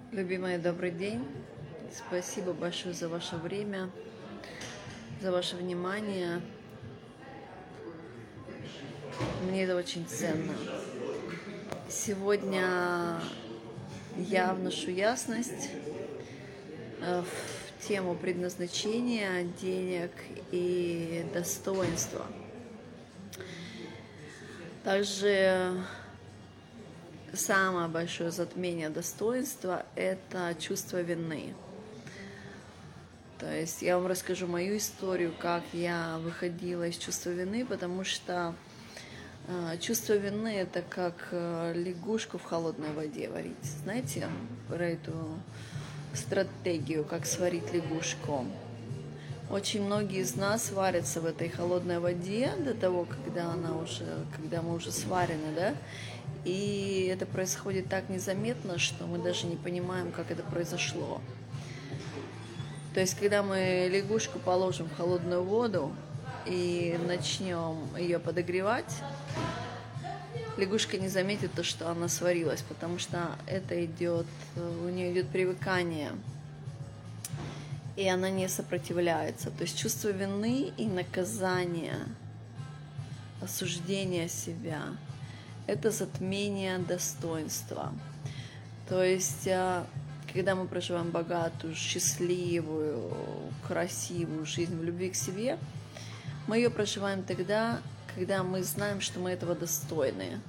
Любимая, добрый день. Спасибо большое за ваше время, за ваше внимание. Мне это очень ценно. Сегодня я вношу ясность в тему предназначения, денег и достоинства. Также самое большое затмение достоинства – это чувство вины. То есть я вам расскажу мою историю, как я выходила из чувства вины, потому что чувство вины – это как лягушку в холодной воде варить. Знаете про эту стратегию, как сварить лягушку? Очень многие из нас варятся в этой холодной воде до того, когда мы уже сварены, да? И это происходит так незаметно, что мы даже не понимаем, как это произошло. То есть, когда мы лягушку положим в холодную воду и начнем ее подогревать, лягушка не заметит то, что она сварилась, потому что у нее идет привыкание, и она не сопротивляется. То есть чувство вины и наказания, осуждение себя – это затмение достоинства. То есть когда мы проживаем богатую, счастливую, красивую жизнь в любви к себе, мы ее проживаем тогда, когда мы знаем, что мы этого достойны.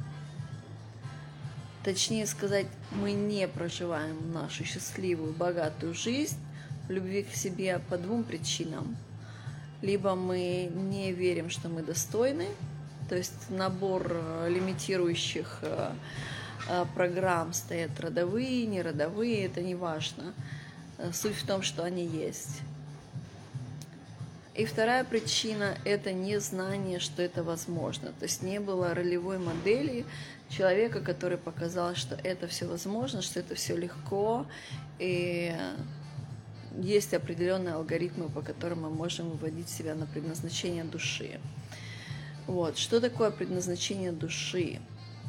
Точнее сказать, мы не проживаем нашу счастливую, богатую жизнь в любви к себе по двум причинам. Либо мы не верим, что мы достойны, то есть набор лимитирующих программ стоят родовые, неродовые, это не важно. Суть в том, что они есть. И вторая причина – это незнание, что это возможно. То есть не было ролевой модели человека, который показал, что это все возможно, что это все легко, и есть определенные алгоритмы, по которым мы можем выводить себя на предназначение души. Вот. Что такое предназначение души?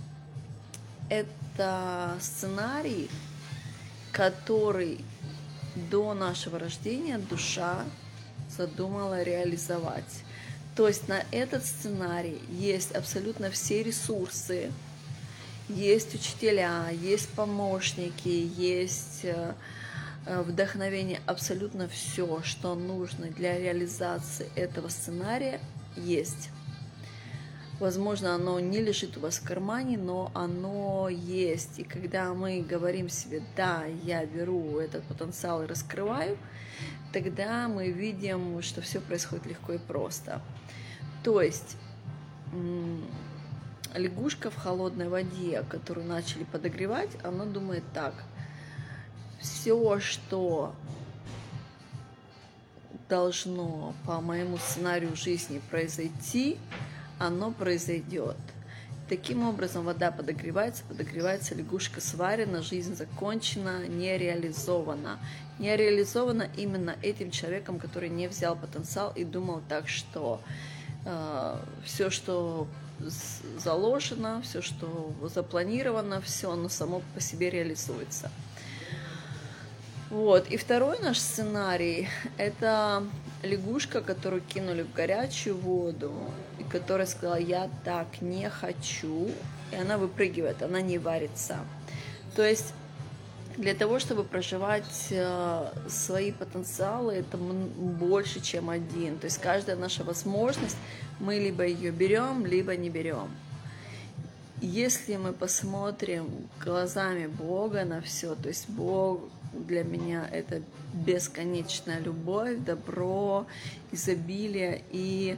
Это сценарий, который до нашего рождения душа задумала реализовать. То есть на этот сценарий есть абсолютно все ресурсы, есть учителя, есть помощники, есть вдохновение, абсолютно все, что нужно для реализации этого сценария, есть. Возможно, оно не лежит у вас в кармане, но оно есть. И когда мы говорим себе: да, я беру этот потенциал и раскрываю, тогда мы видим, что все происходит легко и просто. То есть лягушка в холодной воде, которую начали подогревать, она думает так: все, что должно по моему сценарию жизни произойти, оно произойдет. Таким образом, вода подогревается, лягушка сварена, жизнь закончена, не реализована. Не реализована именно этим человеком, который не взял потенциал и думал так, что все, что заложено, все, что запланировано, все оно само по себе реализуется. Вот. И второй наш сценарий – это лягушка, которую кинули в горячую воду, и которая сказала: я так не хочу, и она выпрыгивает, она не варится. То есть для того, чтобы проживать свои потенциалы, это больше, чем один. То есть каждая наша возможность, мы либо ее берем, либо не берем. Если мы посмотрим глазами Бога на все, то есть Бог для меня – это бесконечная любовь, добро, изобилие и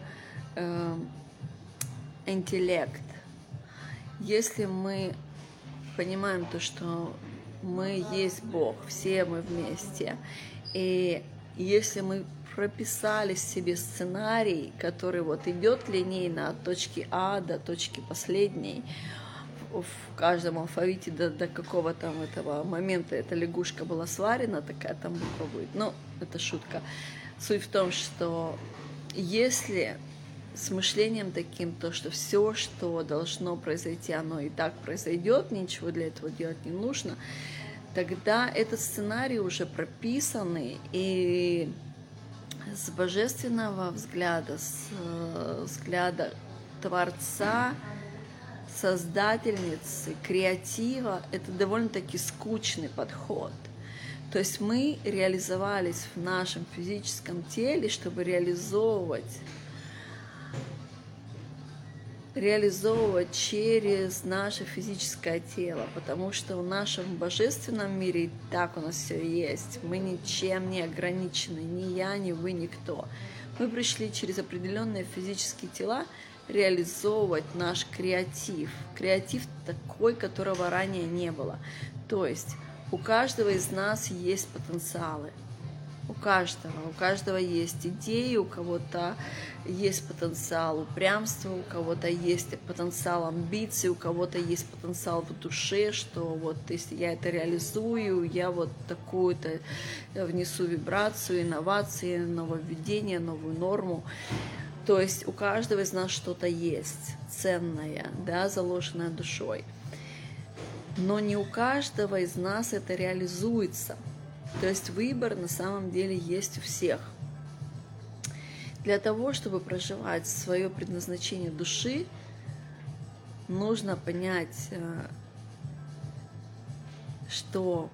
интеллект. Если мы понимаем то, что мы есть Бог, все мы вместе, и если мы прописали себе сценарий, который вот идет линейно от точки А до точки последней, в каждом алфавите до какого там этого момента эта лягушка была сварена, такая там буква будет. Ну, это шутка. Суть в том, что если с мышлением таким, то что все, что должно произойти, оно и так произойдет, ничего для этого делать не нужно, тогда этот сценарий уже прописанный, и с божественного взгляда, с взгляда Творца, Создательницы, креатива, это довольно-таки скучный подход. То есть мы реализовались в нашем физическом теле, чтобы реализовывать через наше физическое тело, потому что в нашем божественном мире и так у нас все есть. Мы ничем не ограничены, ни я, ни вы, никто. Мы пришли через определенные физические тела реализовывать наш креатив. Креатив такой, которого ранее не было. То есть у каждого из нас есть потенциалы. У каждого есть идеи, у кого-то есть потенциал упрямства, у кого-то есть потенциал амбиций, у кого-то есть потенциал в душе, что вот если я это реализую, я вот такую-то внесу вибрацию, инновации, нововведение, новую норму. То есть у каждого из нас что-то есть ценное, да, заложенное душой. Но не у каждого из нас это реализуется. То есть выбор на самом деле есть у всех. Для того, чтобы проживать свое предназначение души, нужно понять, что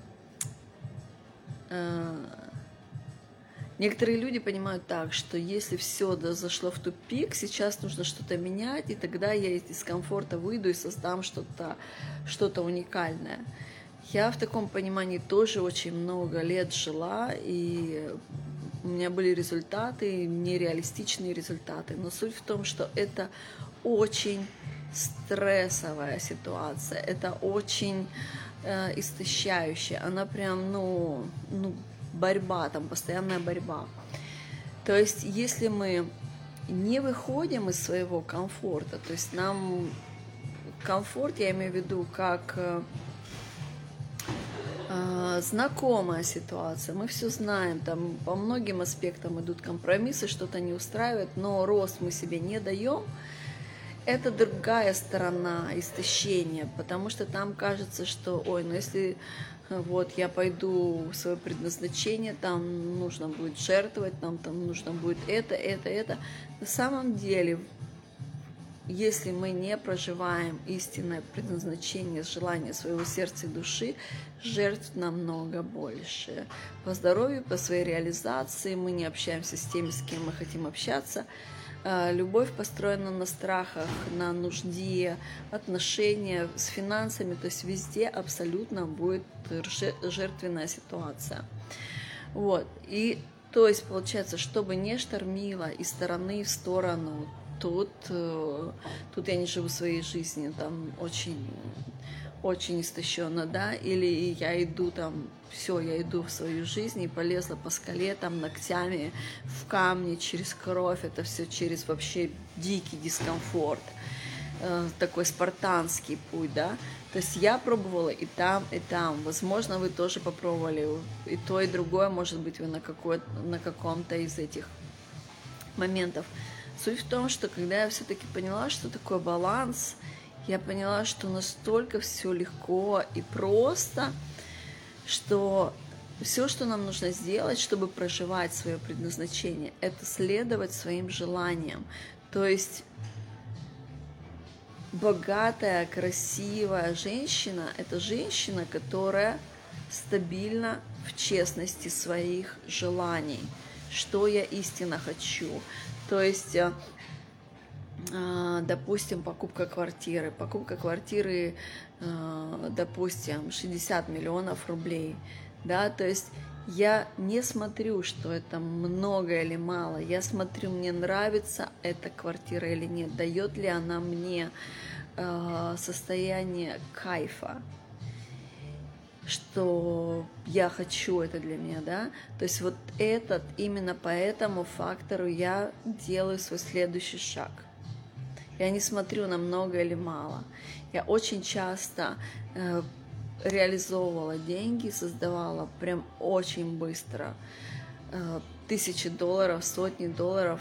некоторые люди понимают так, что если все зашло в тупик, сейчас нужно что-то менять, и тогда я из дискомфорта выйду и создам что-то уникальное. Я в таком понимании тоже очень много лет жила, и у меня были результаты, нереалистичные результаты. Но суть в том, что это очень стрессовая ситуация, это очень истощающая. Она прям, борьба, там постоянная борьба. То есть, если мы не выходим из своего комфорта, то есть нам комфорт, я имею в виду, как знакомая ситуация, мы все знаем, там по многим аспектам идут компромиссы, что-то не устраивает, но рост мы себе не даем. Это другая сторона истощения, потому что там кажется, что, если вот я пойду в свое предназначение, там нужно будет жертвовать, там нужно будет это. На самом деле, если мы не проживаем истинное предназначение, желание своего сердца и души, жертв намного больше. По здоровью, по своей реализации мы не общаемся с теми, с кем мы хотим общаться. Любовь построена на страхах, на нужде, отношения с финансами, то есть везде абсолютно будет жертвенная ситуация. Вот. И то есть получается, чтобы не штормило из стороны в сторону, тут я не живу своей жизнью, там очень истощенно, да, или я иду я иду в свою жизнь и полезла по скале, ногтями в камни, через кровь, это все через вообще дикий дискомфорт, такой спартанский путь, да. То есть я пробовала и там, возможно, вы тоже попробовали, и то, и другое, может быть, вы на каком-то из этих моментов. Суть в том, что когда я все-таки поняла, что такое баланс, я поняла, что настолько все легко и просто, что все, что нам нужно сделать, чтобы проживать свое предназначение, это следовать своим желаниям. То есть богатая, красивая женщина – это женщина, которая стабильна в честности своих желаний, что я истинно хочу. То есть, допустим, покупка квартиры, допустим, 60 миллионов рублей, да, то есть я не смотрю, что это много или мало, я смотрю, мне нравится эта квартира или нет, дает ли она мне состояние кайфа, что я хочу это для меня, да, то есть вот именно по этому фактору я делаю свой следующий шаг. Я не смотрю на много или мало. Я очень часто реализовывала деньги, создавала прям очень быстро $1000, сотни долларов,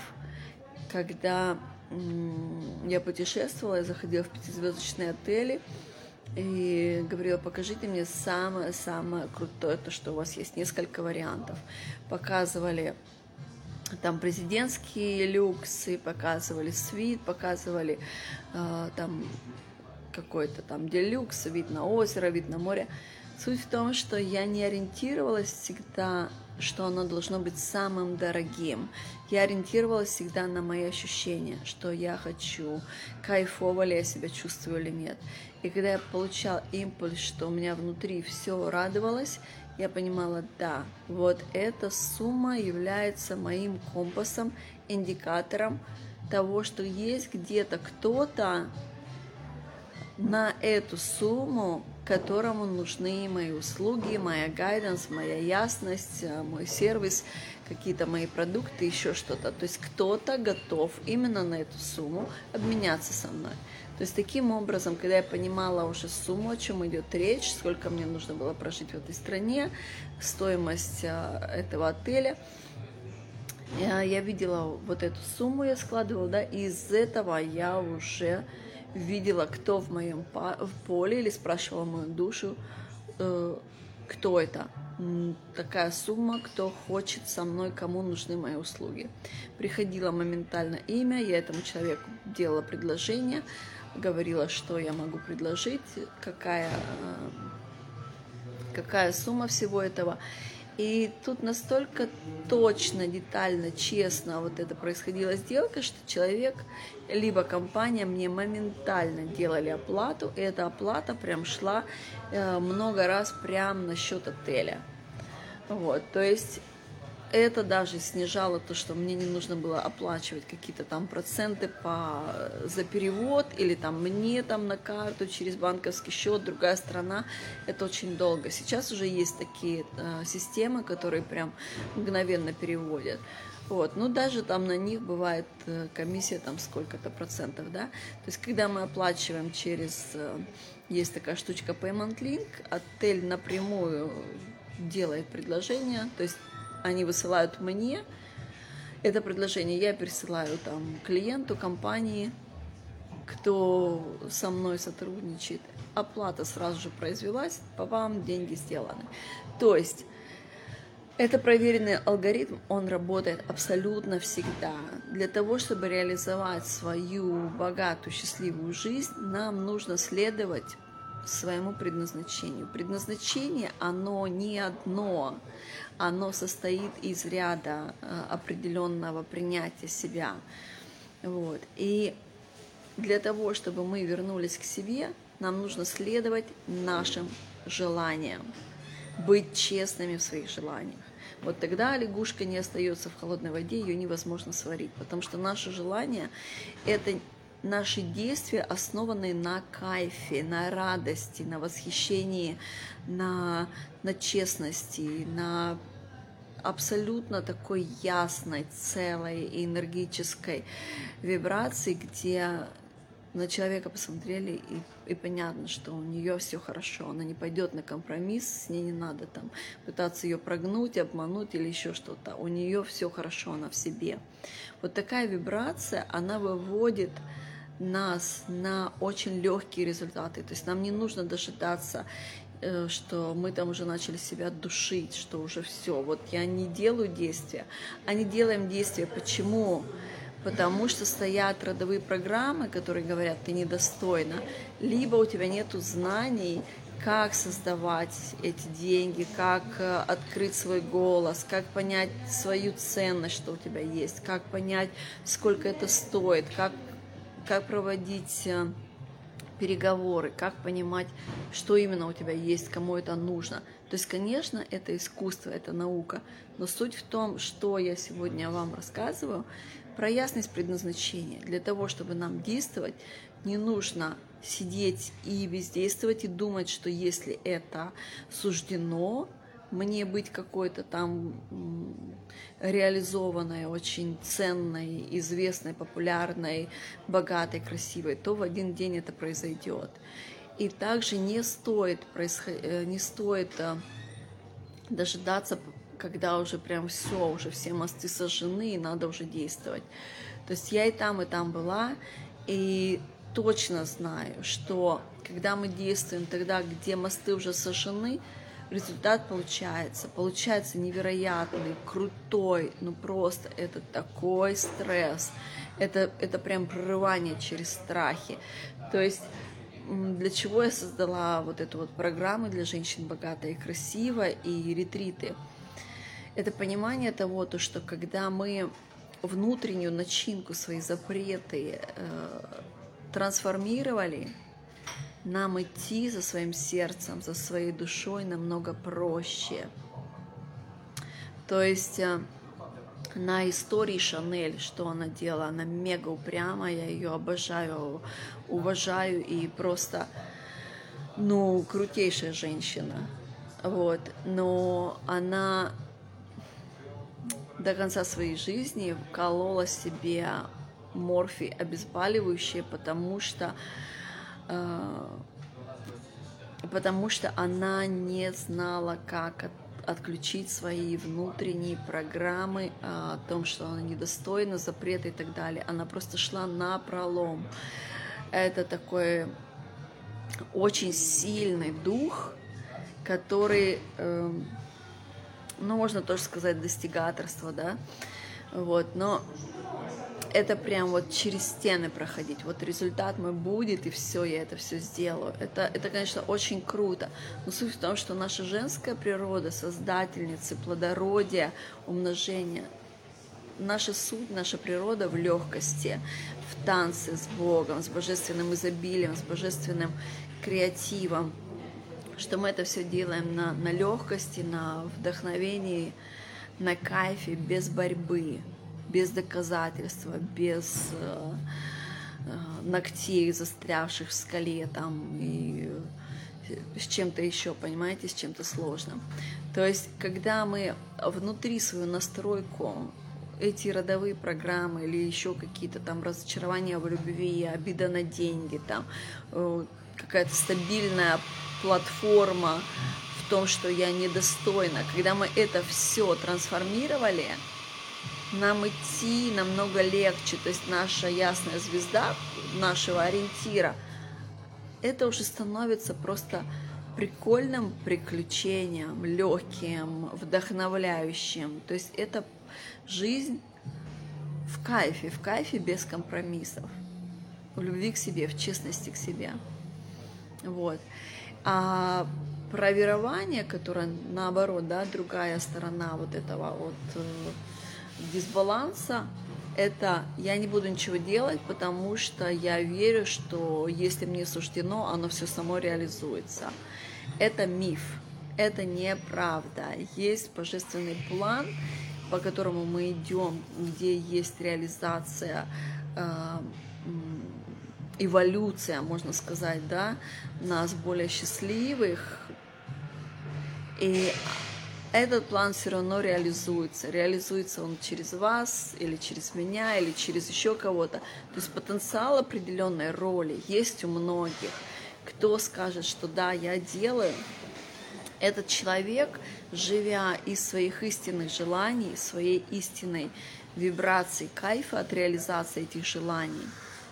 когда я путешествовала, я заходила в 5-звездочные отели, и говорила, покажите мне самое-самое крутое, то, что у вас есть, несколько вариантов. Показывали там президентские люксы, показывали свит, показывали там какой-то там делюкс, вид на озеро, вид на море. Суть в том, что я не ориентировалась всегда, что оно должно быть самым дорогим. Я ориентировалась всегда на мои ощущения, что я хочу, кайфово ли я себя чувствую или нет. И когда я получала импульс, что у меня внутри все радовалось, я понимала, да, вот эта сумма является моим компасом, индикатором того, что есть где-то кто-то на эту сумму, которому нужны мои услуги, моя гайденс, моя ясность, мой сервис, какие-то мои продукты, еще что-то. То есть кто-то готов именно на эту сумму обменяться со мной. То есть таким образом, когда я понимала уже сумму, о чем идет речь, сколько мне нужно было прожить в этой стране, стоимость этого отеля, я видела вот эту сумму, я складывала, да, и из этого я уже видела, кто в моем поле, или спрашивала мою душу, кто это, такая сумма, кто хочет со мной, кому нужны мои услуги. Приходило моментально имя, я этому человеку делала предложение, говорила, что я могу предложить, какая сумма всего этого. И тут настолько точно, детально, честно вот это происходила сделка, что человек, либо компания мне моментально делали оплату, и эта оплата прям шла много раз прямо на счет отеля. Вот, то есть это даже снижало то, что мне не нужно было оплачивать какие-то там проценты за перевод, или там мне там на карту через банковский счет, другая страна. Это очень долго. Сейчас уже есть такие системы, которые прям мгновенно переводят. Вот. Ну, даже там на них бывает комиссия там сколько-то процентов, да. То есть, когда мы оплачиваем через... Есть такая штучка Payment Link, отель напрямую делает предложение, то есть они высылают мне это предложение, я пересылаю там клиенту, компании, кто со мной сотрудничает. Оплата сразу же произвелась, по вам деньги сделаны. То есть это проверенный алгоритм, он работает абсолютно всегда. Для того, чтобы реализовать свою богатую, счастливую жизнь, нам нужно следовать своему предназначению. Предназначение, оно не одно, оно состоит из ряда определенного принятия себя. Вот. И для того, чтобы мы вернулись к себе, нам нужно следовать нашим желаниям, быть честными в своих желаниях. Вот тогда лягушка не остается в холодной воде, ее невозможно сварить, потому что наши желания – это наши действия, основанные на кайфе, на радости, на восхищении, на честности, на абсолютно такой ясной, целой и энергетической вибрации, где на человека посмотрели, и понятно, что у нее все хорошо, она не пойдет на компромисс, с ней не надо там пытаться ее прогнуть, обмануть или еще что-то. У нее все хорошо, она в себе. Вот такая вибрация, она выводит нас на очень легкие результаты. То есть нам не нужно дожидаться, что мы там уже начали себя душить, что уже все. Вот я не делаю действия, а не делаем действия. Почему? Потому что стоят родовые программы, которые говорят, ты недостойна, либо у тебя нет знаний, как создавать эти деньги, как открыть свой голос, как понять свою ценность, что у тебя есть, как понять, сколько это стоит, как проводить переговоры, как понимать, что именно у тебя есть, кому это нужно. То есть, конечно, это искусство, это наука, но суть в том, что я сегодня вам рассказываю, про ясность предназначения. Для того, чтобы нам действовать, не нужно сидеть и бездействовать и думать, что если это суждено мне быть какой-то там реализованной, очень ценной, известной, популярной, богатой, красивой, то в один день это произойдет. И также не стоит дожидаться, когда уже прям все мосты сожжены, и надо уже действовать. То есть я и там была, и точно знаю, что когда мы действуем тогда, где мосты уже сожжены, результат получается невероятный, крутой, ну просто это такой стресс, это прям прорывание через страхи. То есть для чего я создала вот эту вот программу для женщин богато и красиво и ретриты? Это понимание того, то, что когда мы внутреннюю начинку, свои запреты трансформировали, нам идти за своим сердцем, за своей душой намного проще. То есть на истории Шанель, что она делала, она мега упрямая, я ее обожаю, уважаю и просто, ну, крутейшая женщина. Вот. Но она до конца своей жизни вколола себе морфий обезболивающее, потому что она не знала, как отключить свои внутренние программы о том, что она недостойна, запреты и так далее. Она просто шла напролом. Это такой очень сильный дух, который, ну, можно тоже сказать, достигаторство, да, вот, но это прям вот через стены проходить. Вот результат мой будет, и все, я это все сделаю. Это, конечно, очень круто. Но суть в том, что наша женская природа, создательницы, плодородия, умножения, наша суть, наша природа в легкости, в танце с Богом, с божественным изобилием, с божественным креативом, что мы это все делаем на легкости, на вдохновении, на кайфе, без борьбы, без доказательства, без ногтей, застрявших в скале там и с чем-то еще, понимаете, с чем-то сложным. То есть, когда мы внутри свою настройку, эти родовые программы или еще какие-то там разочарования в любви, обида на деньги, там какая-то стабильная платформа в том, что я недостойна, когда мы это все трансформировали, нам идти намного легче, то есть наша ясная звезда нашего ориентира, это уже становится просто прикольным приключением, легким, вдохновляющим. То есть это жизнь в кайфе без компромиссов, в любви к себе, в честности к себе. Вот. А про верование, которое наоборот, да, другая сторона вот этого вот дисбаланса, это я не буду ничего делать, потому что я верю, что если мне суждено, оно все само реализуется. Это миф, это неправда. Есть божественный план, по которому мы идем, где есть реализация, эволюция, можно сказать, да, нас более счастливых. И этот план все равно реализуется. Реализуется он через вас, или через меня, или через еще кого-то. То есть потенциал определенной роли есть у многих. Кто скажет, что да, я делаю, этот человек, живя из своих истинных желаний, своей истинной вибрации кайфа от реализации этих желаний,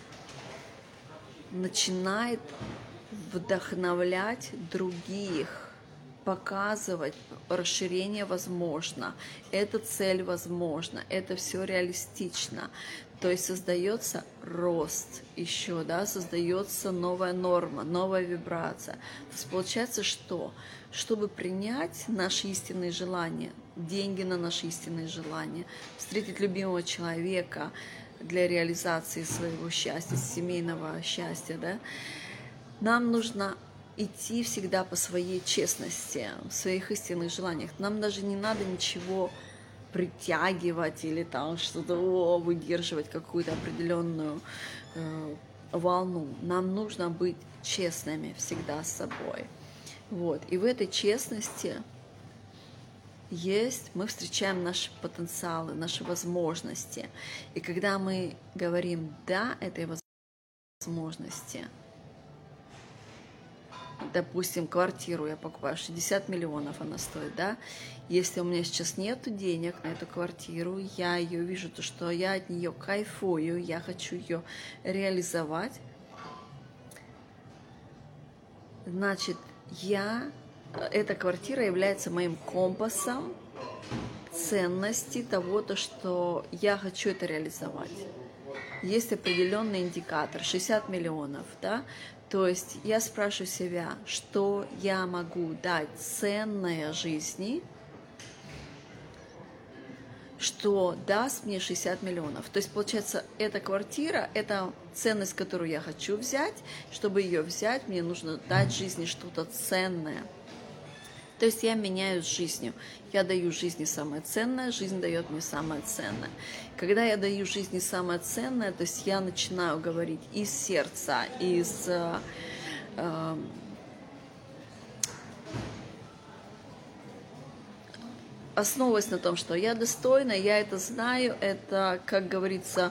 начинает вдохновлять других, показывать расширение возможно, эта цель возможна, это все реалистично. То есть создается рост еще, да, создается новая норма, новая вибрация. То есть получается, что? Чтобы принять наши истинные желания, деньги на наши истинные желания, встретить любимого человека для реализации своего счастья, семейного счастья, да, нам нужно идти всегда по своей честности, в своих истинных желаниях. Нам даже не надо ничего притягивать или там что-то выдерживать, какую-то определенную волну. Нам нужно быть честными всегда с собой. Вот. И в этой честности мы встречаем наши потенциалы, наши возможности. И когда мы говорим «да» этой возможности, допустим, квартиру я покупаю, 60 миллионов она стоит, да, если у меня сейчас нет денег на эту квартиру, я ее вижу, то, что я от нее кайфую, я хочу ее реализовать, значит, эта квартира является моим компасом ценности того, что я хочу это реализовать. Есть определенный индикатор, 60 миллионов, да, то есть я спрашиваю себя, что я могу дать ценное жизни, что даст мне 60 миллионов. То есть, получается, эта квартира, это ценность, которую я хочу взять. Чтобы ее взять, мне нужно дать жизни что-то ценное. То есть я меняюсь жизнью. Я даю жизни самое ценное, жизнь дает мне самое ценное. Когда я даю жизни самое ценное, то есть я начинаю говорить из сердца, основываясь на том, что я достойна, я это знаю, это, как говорится,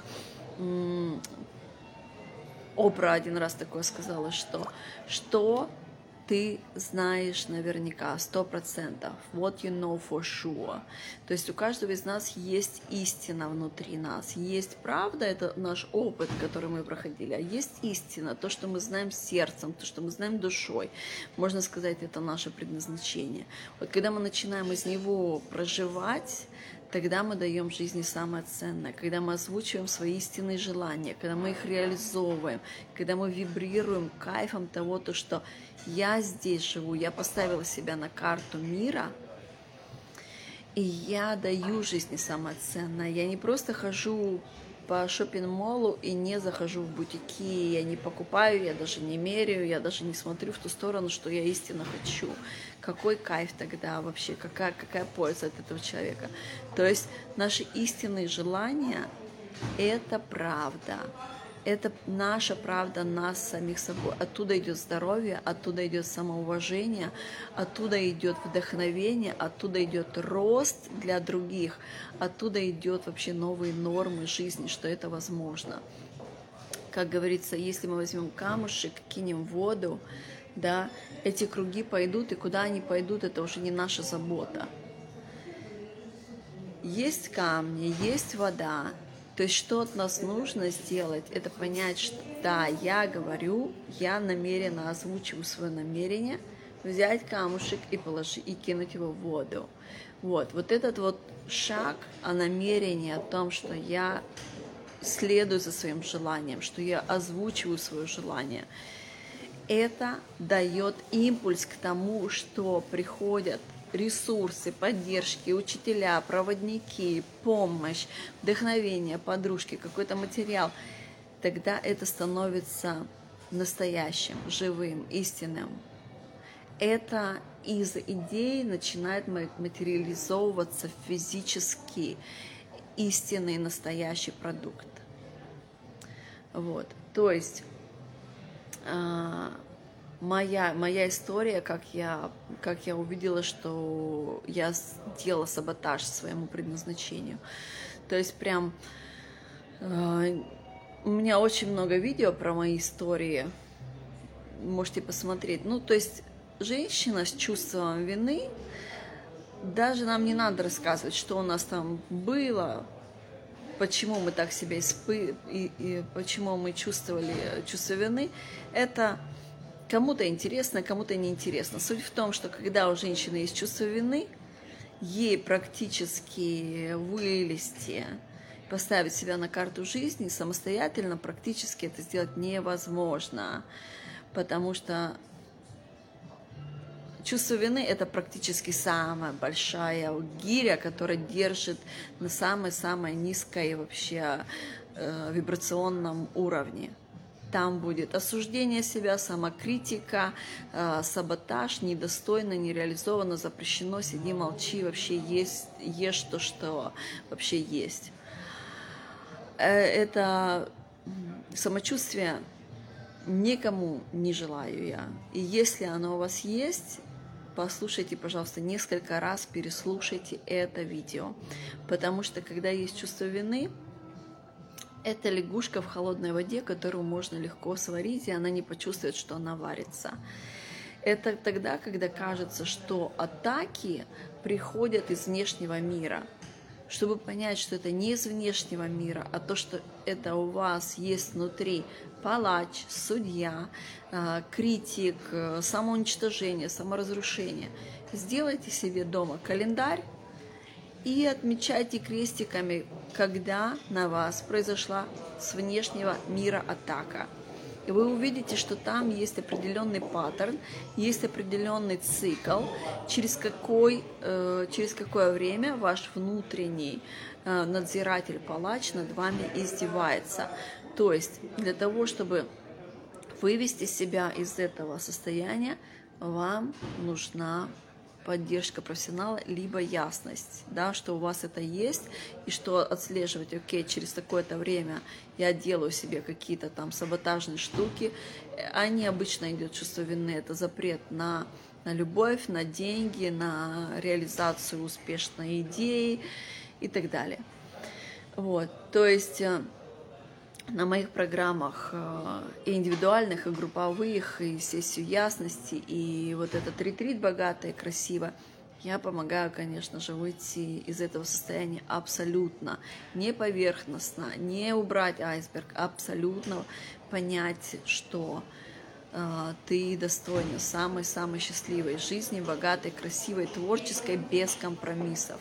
Опра один раз такое сказала, что ты знаешь наверняка, 100%, what you know for sure. То есть у каждого из нас есть истина внутри нас, есть правда, это наш опыт, который мы проходили, а есть истина, то, что мы знаем сердцем, то, что мы знаем душой. Можно сказать, это наше предназначение. Вот когда мы начинаем из него проживать, тогда мы даем жизни самое ценное, когда мы озвучиваем свои истинные желания, когда мы их реализовываем, когда мы вибрируем кайфом того, что я здесь живу, я поставила себя на карту мира, и я даю жизни самое ценное. Я не просто хожу по шоппинг-молу и не захожу в бутики, я не покупаю, я даже не меряю, я даже не смотрю в ту сторону, что я истинно хочу. Какой кайф тогда вообще, какая польза от этого человека? То есть наши истинные желания – это правда. Это наша правда, нас самих собой. Оттуда идет здоровье, оттуда идет самоуважение, оттуда идет вдохновение, оттуда идет рост для других, оттуда идет вообще новые нормы жизни, что это возможно. Как говорится, если мы возьмем камушек, кинем в воду, да, эти круги пойдут, и куда они пойдут, это уже не наша забота. Есть камни, есть вода. То есть что от нас нужно сделать, это понять, что да, я говорю, я намеренно озвучиваю свое намерение, взять камушек и кинуть его в воду. Вот этот вот шаг о намерении, о том, что я следую за своим желанием, что я озвучиваю свое желание, это дает импульс к тому, что приходят ресурсы, поддержки, учителя, проводники, помощь, вдохновение, подружки, какой-то материал, тогда это становится настоящим, живым, истинным. Это из идеи начинает материализовываться физически истинный настоящий продукт. Вот, то есть моя история, как я увидела, что я сделала саботаж своему предназначению. То есть прям у меня очень много видео про мои истории, можете посмотреть. Ну, то есть женщина с чувством вины, даже нам не надо рассказывать, что у нас там было, почему мы так себя и почему мы чувствовали чувство вины, это кому-то интересно, кому-то неинтересно. Суть в том, что когда у женщины есть чувство вины, ей практически вылезти, поставить себя на карту жизни самостоятельно практически это сделать невозможно, потому что чувство вины – это практически самая большая гиря, которая держит на самой-самой низкой вообще вибрационном уровне. Там будет осуждение себя, самокритика, саботаж, недостойно, нереализовано, запрещено, сиди, молчи, вообще ешь то, что вообще есть. Это самочувствие никому не желаю я. И если оно у вас есть, послушайте, пожалуйста, несколько раз, переслушайте это видео. Потому что когда есть чувство вины, это лягушка в холодной воде, которую можно легко сварить, и она не почувствует, что она варится. Это тогда, когда кажется, что атаки приходят из внешнего мира. чтобы понять, что это не из внешнего мира, а то, что это у вас есть внутри палач, судья, критик, самоуничтожение, саморазрушение. Сделайте себе дома календарь и отмечайте крестиками, когда на вас произошла с внешнего мира атака. И вы увидите, что там есть определенный паттерн, есть определенный цикл, через какое время ваш внутренний надзиратель, палач над вами издевается. То есть для того, чтобы вывести себя из этого состояния, вам нужна поддержка профессионала, либо ясность, да, что у вас это есть, и что отслеживать, окей, через такое-то время я делаю себе какие-то там саботажные штуки, они обычно идет чувство вины, это запрет на любовь, на деньги, на реализацию успешной идеи и так далее. Вот, то есть на моих программах и индивидуальных, и групповых, и сессию ясности, и вот этот ретрит богато и красиво, я помогаю, конечно же, выйти из этого состояния абсолютно, не поверхностно, не убрать айсберг, абсолютно понять, что ты достойна самой-самой счастливой жизни, богатой, красивой, творческой, без компромиссов.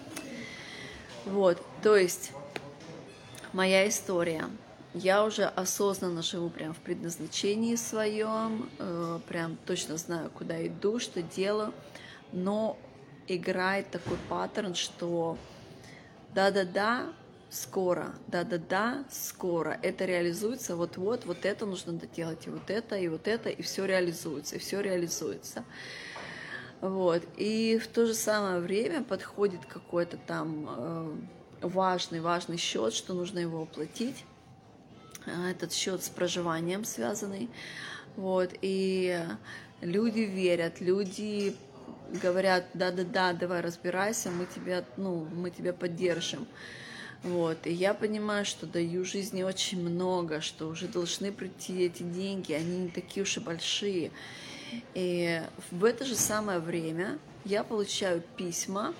Вот, то есть моя история. Я уже осознанно живу прям в предназначении своем, прям точно знаю, куда иду, что делаю, но играет такой паттерн, что да-да-да, скоро, да-да-да, скоро, это реализуется, вот-вот, вот это нужно доделать, и вот это, и все реализуется, и все реализуется. Вот, и в то же самое время подходит какой-то там важный счет, что нужно его оплатить. Этот счет с проживанием связанный, вот, и люди верят, люди говорят, да-да-да, давай разбирайся, мы тебя поддержим, вот, и я понимаю, что даю жизни очень много, что уже должны прийти эти деньги, они не такие уж и большие, и в это же самое время я получаю письма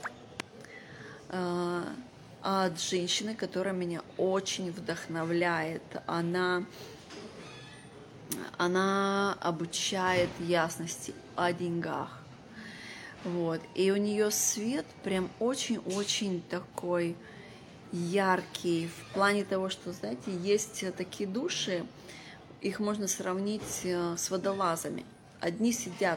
от женщины, которая меня очень вдохновляет. Она обучает ясности о деньгах. Вот. И у нее свет прям очень-очень такой яркий в плане того, что, знаете, есть такие души, их можно сравнить с водолазами. Одни сидят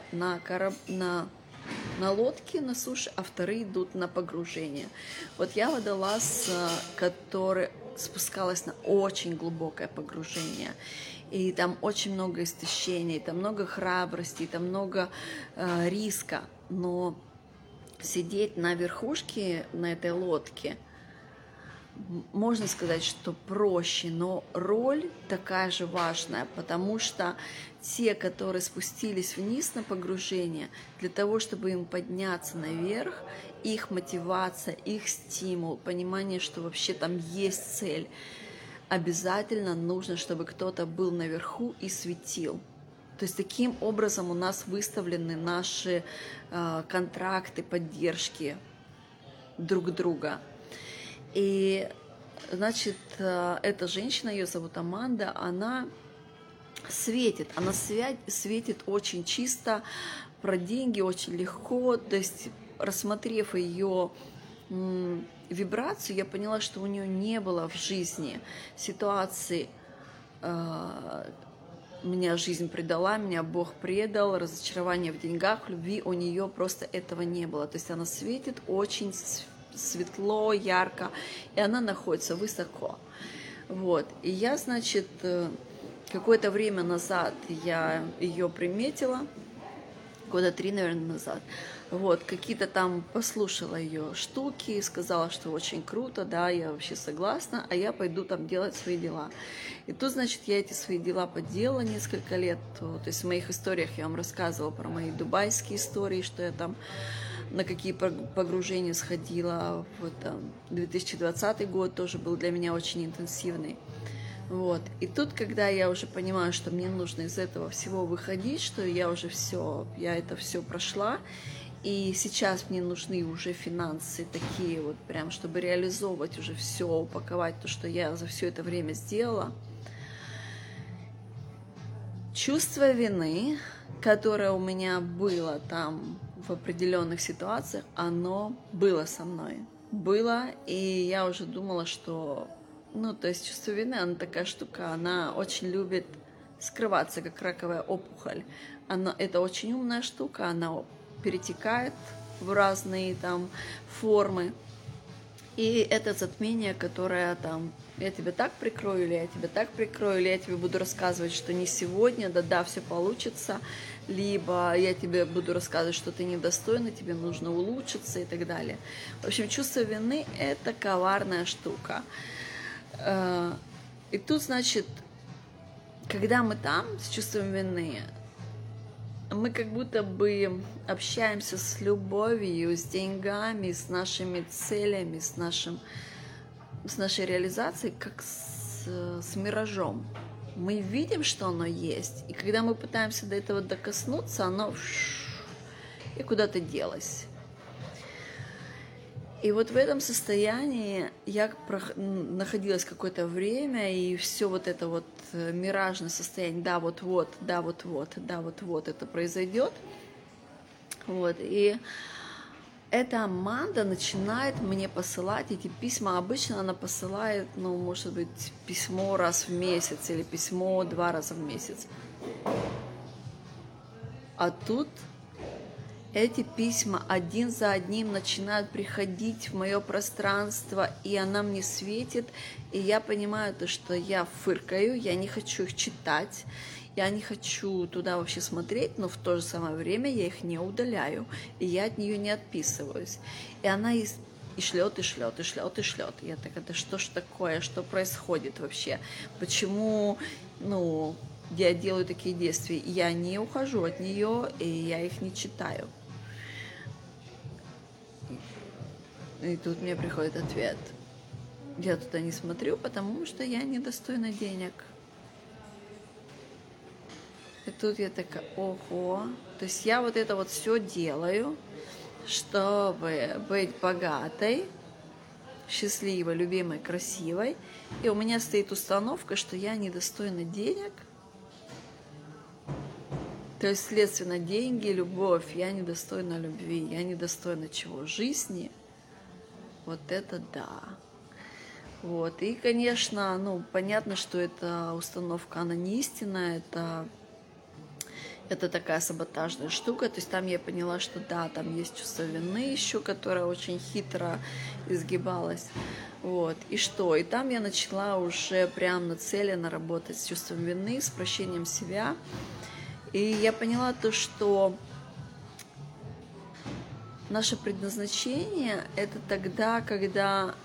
на лодке, на суше, а вторые идут на погружение. Вот я водолаз, который спускалась на очень глубокое погружение. И там очень много истощений, там много храбрости, там много риска. Но сидеть на верхушке на этой лодке, можно сказать, что проще, но роль такая же важная, потому что те, которые спустились вниз на погружение, для того, чтобы им подняться наверх, их мотивация, их стимул, понимание, что вообще там есть цель, обязательно нужно, чтобы кто-то был наверху и светил. То есть таким образом у нас выставлены наши контракты, поддержки друг друга. И, значит, эта женщина, ее зовут Аманда, она светит очень чисто, про деньги очень легко, то есть, рассмотрев ее вибрацию, я поняла, что у нее не было в жизни ситуации «меня жизнь предала, меня Бог предал», разочарование в деньгах, в любви, у нее просто этого не было, то есть она светит очень светло, ярко, и она находится высоко. Вот. И я, значит, какое-то время назад я ее приметила, года 3, наверное, назад. Вот, какие-то там послушала ее штуки, сказала, что очень круто, да, я вообще согласна, а я пойду там делать свои дела. И тут, значит, я эти свои дела поделала несколько лет. То есть в моих историях я вам рассказывала про мои дубайские истории, что я там на какие погружения сходила. Вот, 2020 год тоже был для меня очень интенсивный. Вот. И тут, когда я уже понимаю, что мне нужно из этого всего выходить, что я уже это все прошла, И сейчас мне нужны уже финансы такие вот прям, чтобы реализовывать уже все, упаковать то, что я за все это время сделала. Чувство вины, которое у меня было там в определенных ситуациях, оно было со мной. Было, и я уже думала, что... то есть чувство вины, она такая штука, она очень любит скрываться, как раковая опухоль. Это очень умная штука, она перетекает в разные там формы. И это затмение, которое там, я тебя так прикрою, или я тебя так прикрою, или я тебе буду рассказывать, что не сегодня, да-да, все получится, либо я тебе буду рассказывать, что ты недостойна, тебе нужно улучшиться и так далее. В общем, чувство вины – это коварная штука. И тут, значит, когда мы там с чувством вины, мы как будто бы общаемся с любовью, с деньгами, с нашими целями, с нашей реализацией, как с миражом. Мы видим, что оно есть, и когда мы пытаемся до этого докоснуться, оно и куда-то делось. И вот в этом состоянии я находилась какое-то время, и все вот это вот миражное состояние, да, вот-вот, да, вот-вот, да, вот-вот это произойдет. Вот, и эта Аманда начинает мне посылать эти письма. Обычно она посылает, может быть, письмо раз в месяц или письмо 2 раза в месяц. А тут эти письма один за одним начинают приходить в мое пространство, и она мне светит, и я понимаю то, что я фыркаю, я не хочу их читать, я не хочу туда вообще смотреть, но в то же самое время я их не удаляю, и я от нее не отписываюсь. И она и шлет, и шлет, и шлет, и шлет. Я так, это что ж такое, что происходит вообще? Почему, я делаю такие действия? Я не ухожу от нее, и я их не читаю. И тут мне приходит ответ. Я туда не смотрю, потому что я недостойна денег. И тут я такая, ого. То есть я вот это вот все делаю, чтобы быть богатой, счастливой, любимой, красивой. И у меня стоит установка, что я недостойна денег. То есть, следственно, деньги, любовь, я недостойна любви, я недостойна чего? Жизни. Вот это да. Вот. И, конечно, понятно, что эта установка, она не истинная, это такая саботажная штука. То есть там я поняла, что да, там есть чувство вины еще, которое очень хитро изгибалось. Вот. И что? И там я начала уже прям нацеленно работать с чувством вины, с прощением себя. И я поняла то, что наше предназначение – это тогда, когда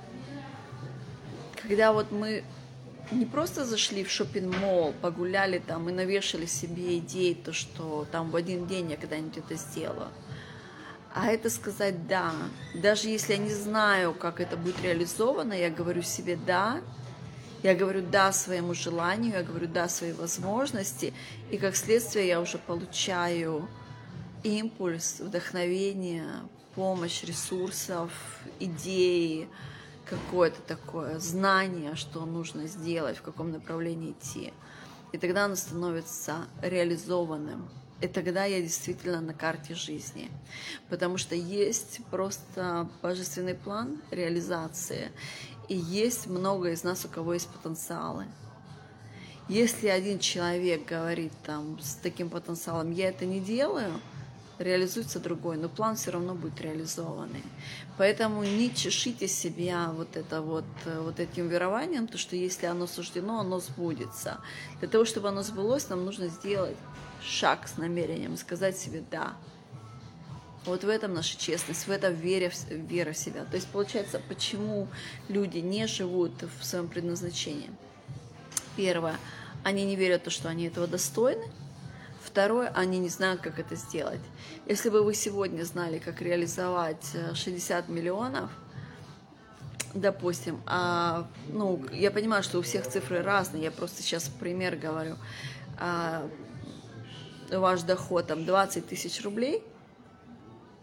вот мы не просто зашли в шоппинг-молл, погуляли там и навешали себе идей, то, что там в один день я когда-нибудь это сделаю. А это сказать «да». Даже если я не знаю, как это будет реализовано, я говорю себе «да». Я говорю «да» своему желанию, я говорю «да» своей возможности. И как следствие я уже получаю импульс, вдохновение, помощь, ресурсов, идеи, какое-то такое знание, что нужно сделать, в каком направлении идти. И тогда оно становится реализованным. И тогда я действительно на карте жизни. Потому что есть просто божественный план реализации. И есть много из нас, у кого есть потенциалы. Если один человек говорит там с таким потенциалом, я это не делаю, реализуется другой, но план все равно будет реализованный. Поэтому не чешите себя вот этим верованием, то, что если оно суждено, оно сбудется. Для того, чтобы оно сбылось, нам нужно сделать шаг с намерением, сказать себе «да». Вот в этом наша честность, в этом вера в себя. То есть получается, почему люди не живут в своем предназначении? Первое, они не верят в то, что они этого достойны. Второе, они не знают, как это сделать. Если бы вы сегодня знали, как реализовать 60 миллионов, допустим, я понимаю, что у всех цифры разные, я просто сейчас пример говорю, ваш доход там 20 тысяч рублей,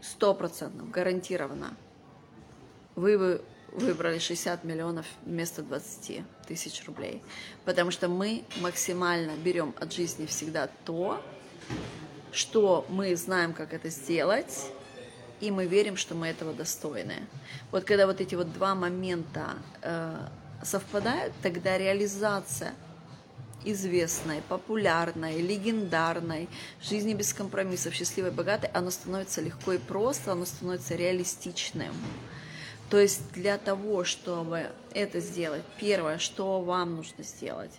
100%, гарантированно, вы бы выбрали 60 миллионов вместо 20 тысяч рублей. Потому что мы максимально берем от жизни всегда то, что мы знаем, как это сделать, и мы верим, что мы этого достойны. Вот когда вот эти вот два момента совпадают, тогда реализация известной, популярной, легендарной, жизни без компромиссов, счастливой, богатой, оно становится легко и просто, оно становится реалистичным. То есть для того, чтобы это сделать, первое, что вам нужно сделать,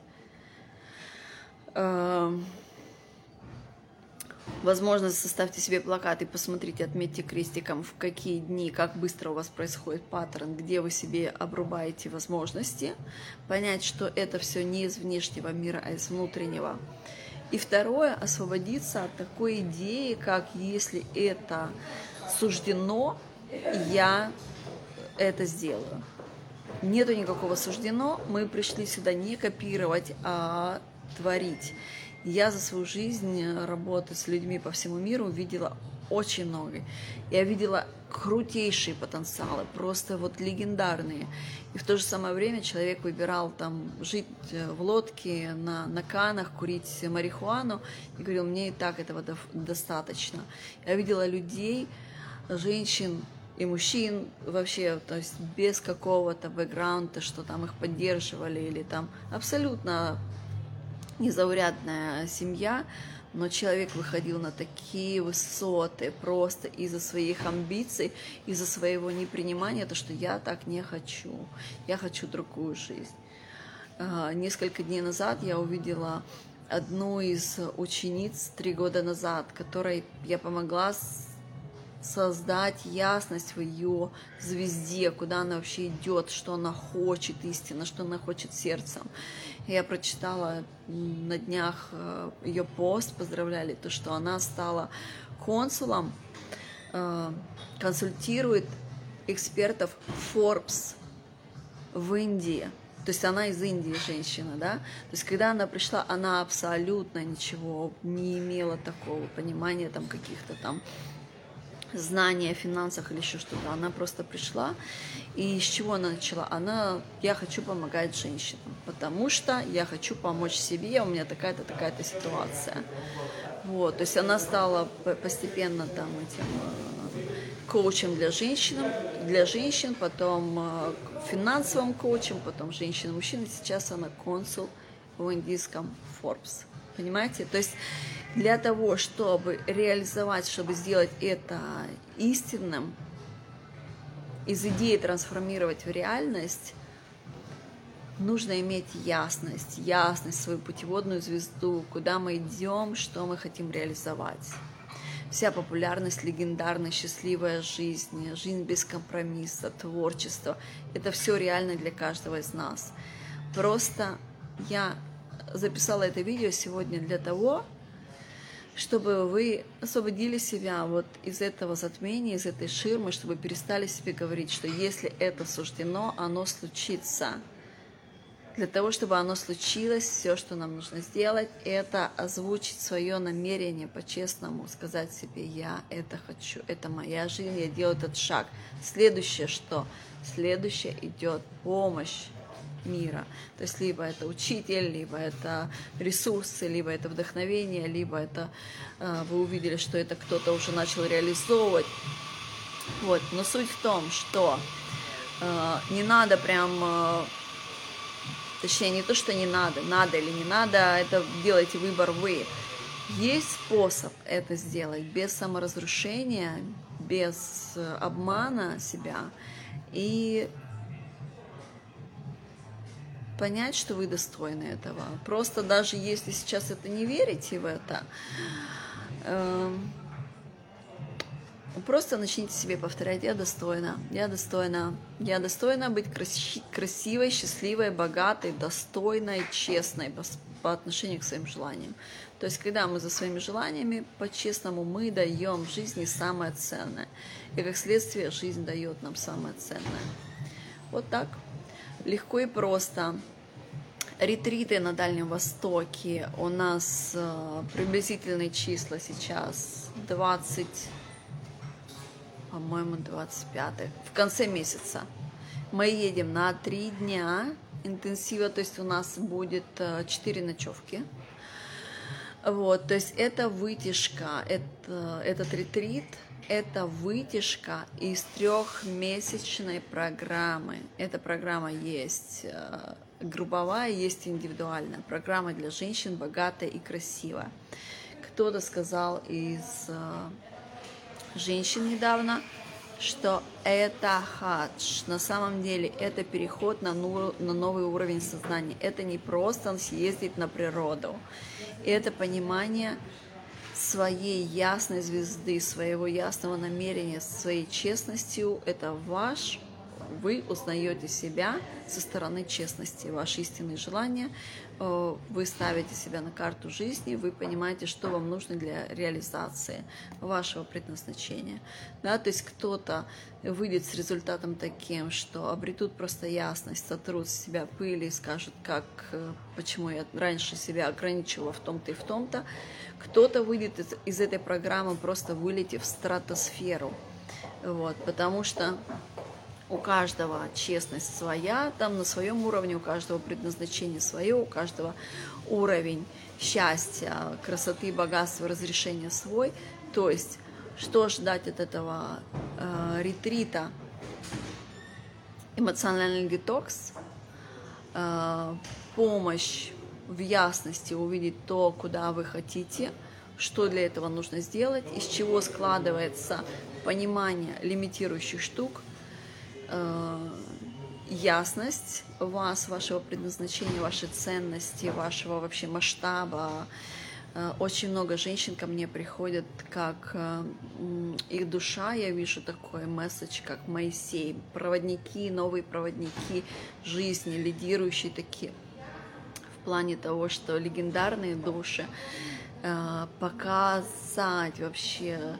возможно, составьте себе плакат и посмотрите, отметьте крестиком, в какие дни, как быстро у вас происходит паттерн, где вы себе обрубаете возможности, понять, что это все не из внешнего мира, а из внутреннего. И второе, освободиться от такой идеи, как если это суждено, я это сделаю. Нету никакого суждено, мы пришли сюда не копировать, а творить. Я за свою жизнь работы с людьми по всему миру видела очень много. Я видела крутейшие потенциалы, просто вот легендарные. И в то же самое время человек выбирал там жить в лодке, на канах, курить марихуану, и говорил, мне и так этого достаточно. Я видела людей, женщин и мужчин вообще, то есть без какого-то бэкграунда, что там их поддерживали, или там абсолютно незаурядная семья, но человек выходил на такие высоты просто из-за своих амбиций, из-за своего непринимания, то, что я так не хочу, я хочу другую жизнь. Несколько дней назад я увидела одну из учениц 3 года назад, которой я помогла создать ясность в ее звезде, куда она вообще идет, что она хочет истинно, что она хочет сердцем. Я прочитала на днях ее пост, поздравляли, то, что она стала консулом, консультирует экспертов Forbes в Индии. То есть она из Индии женщина, да? То есть когда она пришла, она абсолютно ничего не имела такого понимания, там каких-то там знания о финансах или еще что-то. Она просто пришла, и с чего она начала? Я хочу помогать женщинам, потому что я хочу помочь себе, у меня такая-то, такая-то ситуация. Вот, то есть она стала постепенно там этим коучем для женщин, потом финансовым коучем, потом женщин-мужчин, и сейчас она консул в индийском Forbes. Понимаете? То есть для того, чтобы реализовать, чтобы сделать это истинным, из идеи трансформировать в реальность, нужно иметь ясность, свою путеводную звезду, куда мы идем, что мы хотим реализовать. Вся популярность, легендарная, счастливая жизнь, жизнь без компромисса, творчество – это все реально для каждого из нас. Просто я записала это видео сегодня для того, чтобы вы освободили себя вот из этого затмения, из этой ширмы, чтобы перестали себе говорить, что если это суждено, оно случится. Для того, чтобы оно случилось, все, что нам нужно сделать, это озвучить свое намерение по-честному, сказать себе, я это хочу, это моя жизнь, я делаю этот шаг. Следующее что? Следующее идет помощь мира. То есть либо это учитель, либо это ресурсы, либо это вдохновение, либо это вы увидели, что это кто-то уже начал реализовывать. Вот. Но суть в том, что не надо прям, точнее не то, что не надо, надо или не надо, это делайте выбор вы. Есть способ это сделать без саморазрушения, без обмана себя и понять, что вы достойны этого. Просто даже если сейчас это не верите в это, просто начните себе повторять: я достойна, я достойна, я достойна быть красивой, счастливой, богатой, достойной, честной по отношению к своим желаниям. То есть, когда мы за своими желаниями, по-честному, мы даем жизни самое ценное. И как следствие, жизнь дает нам самое ценное. Вот так. Легко и просто. Ретриты на Дальнем Востоке. У нас приблизительные числа сейчас 20 по-моему, 25 в конце месяца. Мы едем на 3 дня интенсива, то есть у нас будет 4 ночевки. Вот, то есть это вытяжка, этот ретрит, это вытяжка из 3-месячной программы. Эта программа есть групповая, есть индивидуальная. Программа для женщин богатая и красивая. Кто-то сказал из женщин недавно, что это хадж. На самом деле это переход на новый уровень сознания. Это не просто съездить на природу. Это понимание своей ясной звезды, своего ясного намерения, своей честностью. Это вы узнаете себя со стороны честности, ваши истинные желания, вы ставите себя на карту жизни, вы понимаете, что вам нужно для реализации вашего предназначения. Да, то есть кто-то выйдет с результатом таким, что обретут просто ясность, сотрут с себя пыль и скажут, почему я раньше себя ограничивала в том-то и в том-то. Кто-то выйдет из этой программы, просто вылетев в стратосферу. Вот, потому что у каждого честность своя, там на своем уровне, у каждого предназначение свое, у каждого уровень счастья, красоты, богатства, разрешения свой. То есть, что ждать от этого ретрита? Эмоциональный детокс, помощь в ясности увидеть то, куда вы хотите, что для этого нужно сделать, из чего складывается понимание лимитирующих штук, ясность вас, вашего предназначения, вашей ценности, вашего вообще масштаба. Очень много женщин ко мне приходят, как их душа, я вижу такой месседж, как Моисей, проводники, новые проводники жизни, лидирующие такие, в плане того, что легендарные души, показать вообще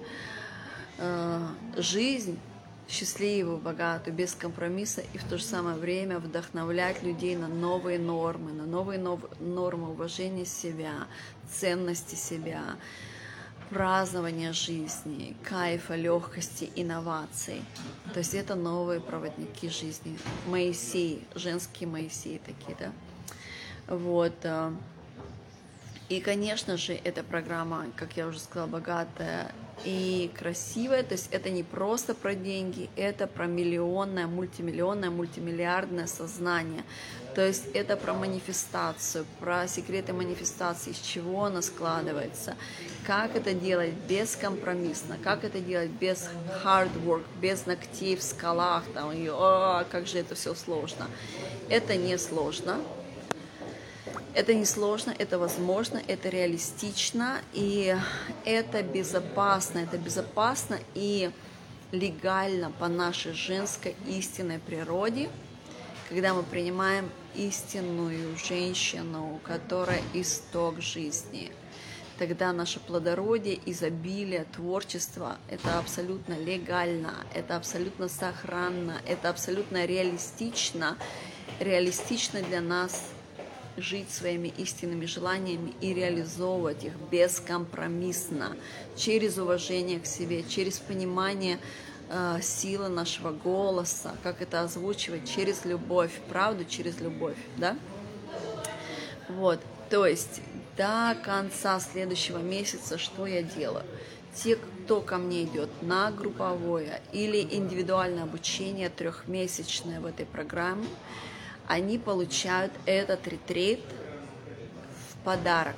жизнь счастливую, богатую, без компромисса, и в то же самое время вдохновлять людей на новые нормы уважения себя, ценности себя, празднования жизни, кайфа, легкости, инноваций. То есть это новые проводники жизни. Моисей, женские Моисеи такие, да. Вот. И, конечно же, эта программа, как я уже сказала, богатая и красивая. То есть это не просто про деньги, это про миллионное, мультимиллионное, мультимиллиардное сознание. То есть это про манифестацию, про секреты манифестации, из чего она складывается, как это делать бескомпромиссно, как это делать без hard work, без ногтей в скалах, там, как же это все сложно. Это не сложно. Это несложно, это возможно, это реалистично, и это безопасно и легально по нашей женской истинной природе, когда мы принимаем истинную женщину, которая исток жизни. Тогда наше плодородие, изобилие, творчество – это абсолютно легально, это абсолютно сохранно, это абсолютно реалистично для нас жить своими истинными желаниями и реализовывать их бескомпромиссно, через уважение к себе, через понимание силы нашего голоса, как это озвучивать, через любовь, правду через любовь, да? Вот, то есть до конца следующего месяца что я делаю? Те, кто ко мне идет на групповое или индивидуальное обучение 3-месячное в этой программе, они получают этот ретрит в подарок.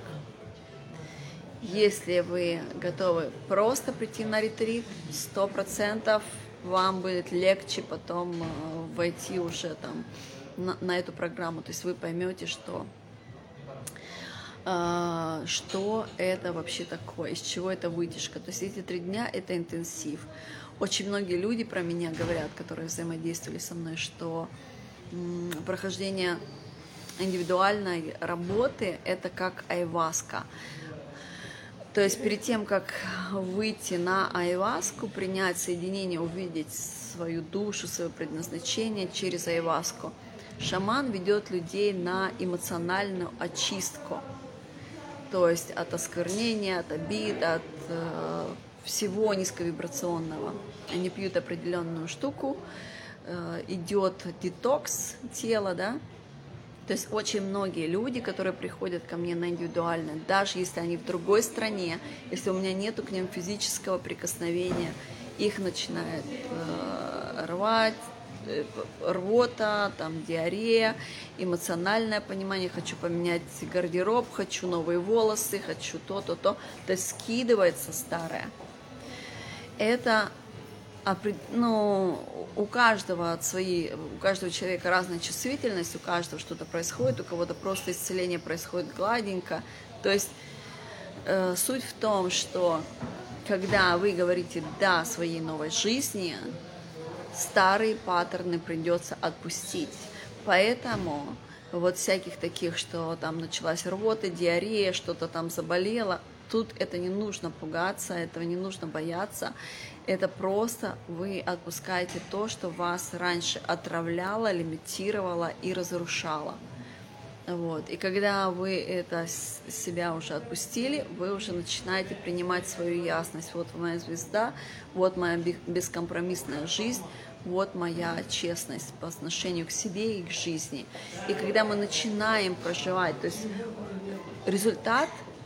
Если вы готовы просто прийти на ретрит, 100% вам будет легче потом войти уже там на эту программу. То есть вы поймете, что это вообще такое, из чего это вытяжка. То есть эти 3 дня – это интенсив. Очень многие люди про меня говорят, которые взаимодействовали со мной, что прохождение индивидуальной работы – это как айваска. То есть перед тем, как выйти на айваску, принять соединение, увидеть свою душу, свое предназначение через айваску, шаман ведет людей на эмоциональную очистку. То есть от осквернения, от обид, от всего низковибрационного. Они пьют определенную штуку, идет детокс тела, да. То есть очень многие люди, которые приходят ко мне на индивидуальное, даже если они в другой стране, если у меня нету к ним физического прикосновения, их начинает рвать, рвота, там, диарея, эмоциональное понимание, хочу поменять гардероб, хочу новые волосы, хочу то. То есть скидывается старое. Это, ну, у каждого человека разная чувствительность, у каждого что-то происходит, у кого-то просто исцеление происходит гладенько. То есть суть в том, что когда вы говорите «да» своей новой жизни, старые паттерны придется отпустить. Поэтому вот всяких таких, что там началась рвота, диарея, что-то там заболело, тут это не нужно пугаться, этого не нужно бояться. Это просто вы отпускаете то, что вас раньше отравляло, лимитировало и разрушало. Вот. И когда вы это себя уже отпустили, вы уже начинаете принимать свою ясность. Вот моя звезда, вот моя бескомпромиссная жизнь, вот моя честность по отношению к себе и к жизни. И когда мы начинаем проживать, то есть результат,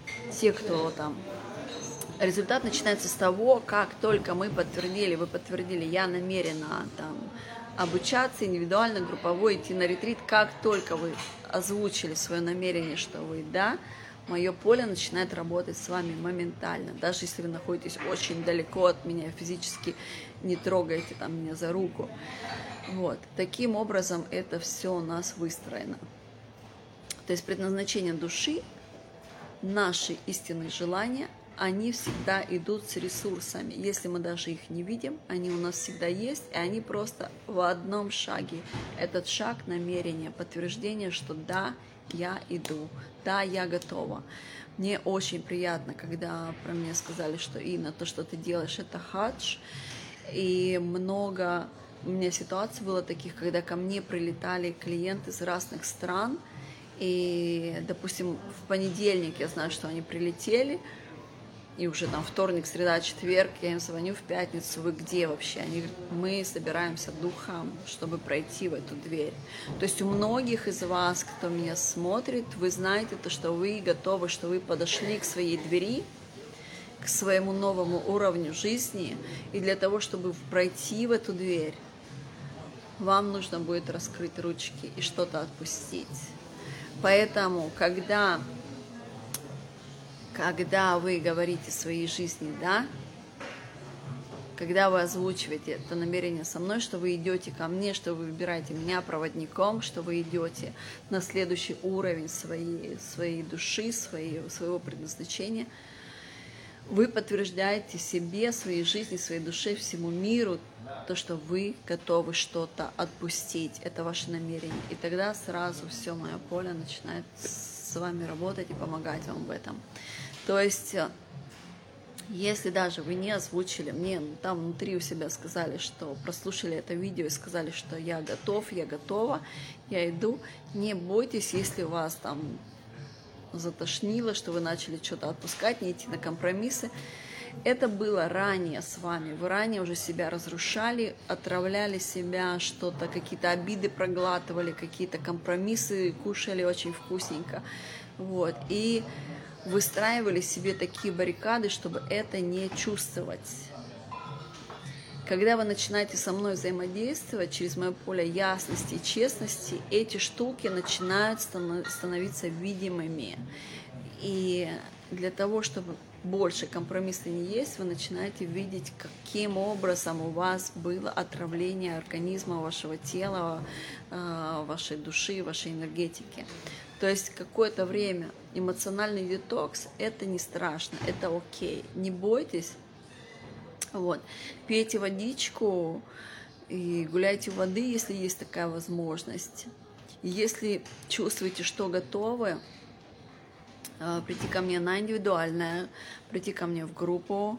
результат начинается с того, как только вы подтвердили, я намерена там обучаться индивидуально, групповой, идти на ретрит, как только вы озвучили свое намерение, что вы «да», мое поле начинает работать с вами моментально. Даже если вы находитесь очень далеко от меня, физически не трогаете там меня за руку. Вот. Таким образом это все у нас выстроено. То есть предназначение души, наши истинные желания, они всегда идут с ресурсами. Если мы даже их не видим, они у нас всегда есть, и они просто в одном шаге. Этот шаг намерения, подтверждение, что да, я иду, да, я готова. Мне очень приятно, когда про меня сказали, что Инна, то, что ты делаешь, это хадж. И много у меня ситуаций было таких, когда ко мне прилетали клиенты из разных стран. И, допустим, в понедельник я знаю, что они прилетели, и уже там вторник, среда, четверг, я им звоню в пятницу, вы где вообще? Они говорят, мы собираемся духом, чтобы пройти в эту дверь. То есть у многих из вас, кто меня смотрит, вы знаете то, что вы готовы, что вы подошли к своей двери, к своему новому уровню жизни, и для того, чтобы пройти в эту дверь, вам нужно будет раскрыть ручки и что-то отпустить. Поэтому, когда вы говорите своей жизни «да», когда вы озвучиваете это намерение со мной, что вы идете ко мне, что вы выбираете меня проводником, что вы идете на следующий уровень своей души, своего предназначения, вы подтверждаете себе, своей жизни, своей душе, всему миру то, что вы готовы что-то отпустить. Это ваше намерение. И тогда сразу все мое поле начинает с вами работать и помогать вам в этом. То есть, если даже вы не озвучили мне, там внутри у себя сказали, что прослушали это видео и сказали, что я готов, я готова, я иду, не бойтесь, если вас там затошнило, что вы начали что-то отпускать, не идти на компромиссы. Это было ранее с вами. Вы ранее уже себя разрушали, отравляли себя, что-то, какие-то обиды проглатывали, какие-то компромиссы кушали очень вкусненько. Вот. И выстраивали себе такие баррикады, чтобы это не чувствовать. Когда вы начинаете со мной взаимодействовать через мое поле ясности и честности, эти штуки начинают становиться видимыми. И для того, чтобы больше компромисса не есть, вы начинаете видеть, каким образом у вас было отравление организма, вашего тела, вашей души, вашей энергетики. То есть какое-то время эмоциональный детокс – это не страшно, это окей. Не бойтесь. Вот. Пейте водичку и гуляйте у воды, если есть такая возможность. Если чувствуете, что готовы, прийти ко мне на индивидуальное, прийти ко мне в группу,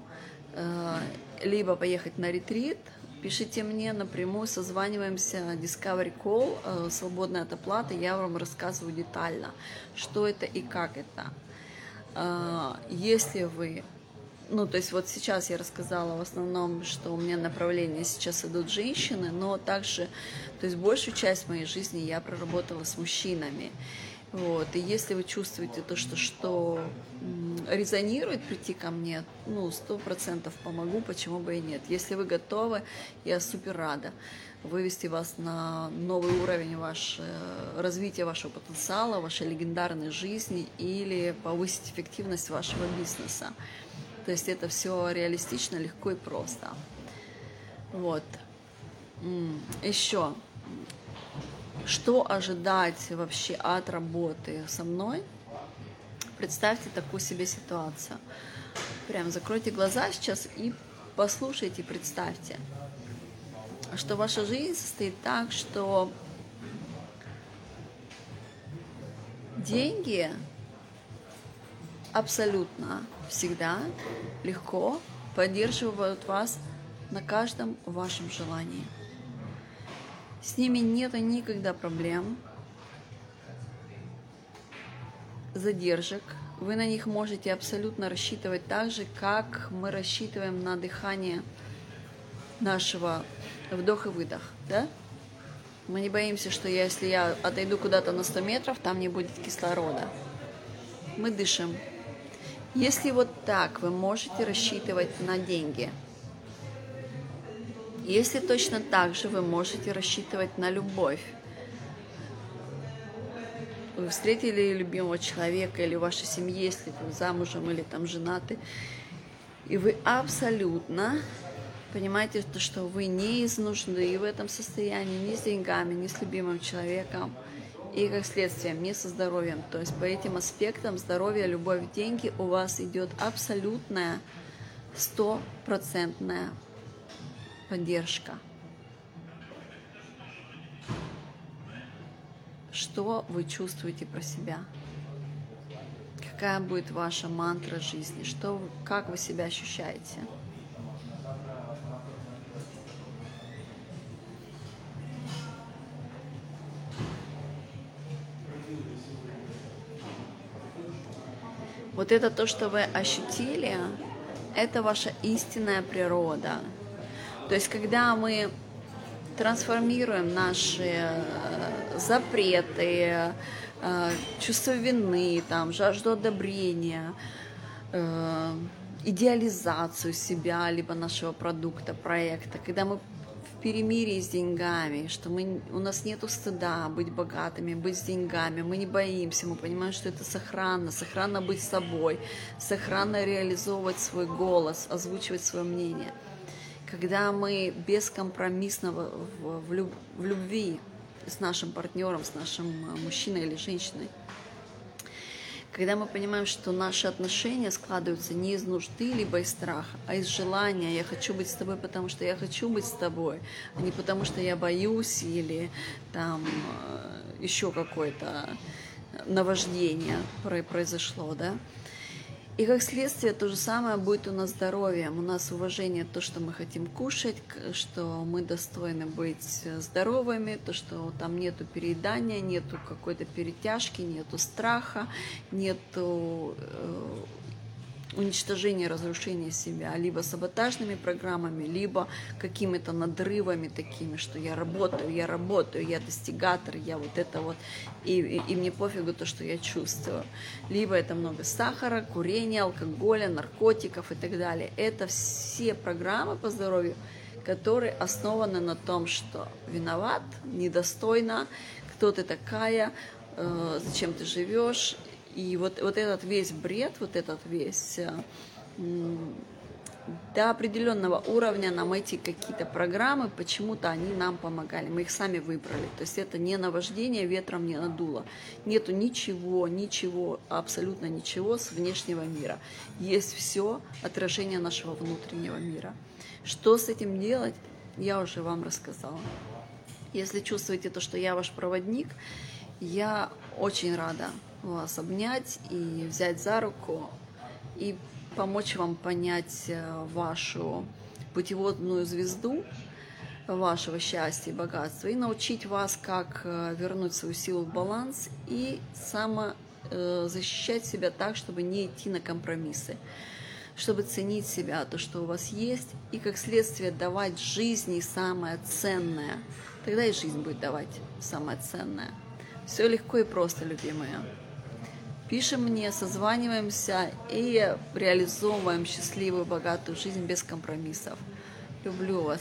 либо поехать на ретрит, пишите мне напрямую, созваниваемся, Discovery Call, свободная от оплаты, я вам рассказываю детально, что это и как это. Если вы ну, то есть вот сейчас я рассказала в основном, что у меня направление сейчас идут женщины, но также, то есть большую часть моей жизни я проработала с мужчинами. Вот. И если вы чувствуете то, что резонирует прийти ко мне, ну, 100% помогу, почему бы и нет. Если вы готовы, я супер рада вывести вас на новый уровень развития вашего потенциала, вашей легендарной жизни или повысить эффективность вашего бизнеса. То есть это все реалистично, легко и просто. Вот. Еще. Что ожидать вообще от работы со мной? Представьте такую себе ситуацию. Прям закройте глаза сейчас и послушайте, представьте, что ваша жизнь состоит так, что деньги абсолютно всегда легко поддерживают вас на каждом вашем желании. С ними нету никогда проблем, задержек. Вы на них можете абсолютно рассчитывать так же, как мы рассчитываем на дыхание нашего вдох и выдох. Да? Мы не боимся, что если я отойду куда-то на 100 метров, там не будет кислорода. Мы дышим. Если вот так вы можете рассчитывать на деньги, если точно так же вы можете рассчитывать на любовь, вы встретили любимого человека или в вашей семье, если вы замужем или там женаты, и вы абсолютно понимаете, что вы не из нужды в этом состоянии, ни с деньгами, ни с любимым человеком, и как следствие не со здоровьем. То есть по этим аспектам здоровье, любовь, деньги у вас идет абсолютная, 100% поддержка. Что вы чувствуете про себя? Какая будет ваша мантра жизни? Как вы себя ощущаете? Вот это то, что вы ощутили, это ваша истинная природа. То есть, когда мы трансформируем наши запреты, чувство вины, там, жажду одобрения, идеализацию себя, либо нашего продукта, проекта, когда мы в перемирии с деньгами, что у нас нет стыда быть богатыми, быть с деньгами, мы не боимся, мы понимаем, что это сохранно быть собой, сохранно реализовывать свой голос, озвучивать свое мнение. Когда мы бескомпромиссно в любви с нашим партнером, с нашим мужчиной или женщиной, когда мы понимаем, что наши отношения складываются не из нужды, либо из страха, а из желания. Я хочу быть с тобой, потому что я хочу быть с тобой, а не потому что я боюсь или там еще какое-то наваждение произошло, да? И как следствие то же самое будет у нас здоровьем. У нас уважение то, что мы хотим кушать, что мы достойны быть здоровыми, то, что там нету переедания, нету какой-то перетяжки, нету страха, нету уничтожения, разрушения себя, либо саботажными программами, либо какими-то надрывами такими, что я работаю, я достигатор, я вот это вот, и мне пофигу то, что я чувствую. Либо это много сахара, курения, алкоголя, наркотиков и так далее. Это все программы по здоровью, которые основаны на том, что виноват, недостойно, кто ты такая, зачем ты живешь. И вот этот весь бред, вот этот весь, до определенного уровня нам эти какие-то программы, почему-то они нам помогали, мы их сами выбрали. То есть это не наваждение, ветром не надуло. Нету ничего, абсолютно ничего с внешнего мира. Есть все отражение нашего внутреннего мира. Что с этим делать, я уже вам рассказала. Если чувствуете то, что я ваш проводник, я очень рада вас обнять и взять за руку и помочь вам понять вашу путеводную звезду вашего счастья и богатства и научить вас, как вернуть свою силу в баланс и защищать себя так, чтобы не идти на компромиссы. чтобы ценить себя, то, что у вас есть, и как следствие давать жизни самое ценное. Тогда и жизнь будет давать самое ценное. Все легко и просто, любимые. Пишем мне, созваниваемся и реализовываем счастливую, богатую жизнь без компромиссов. Люблю вас.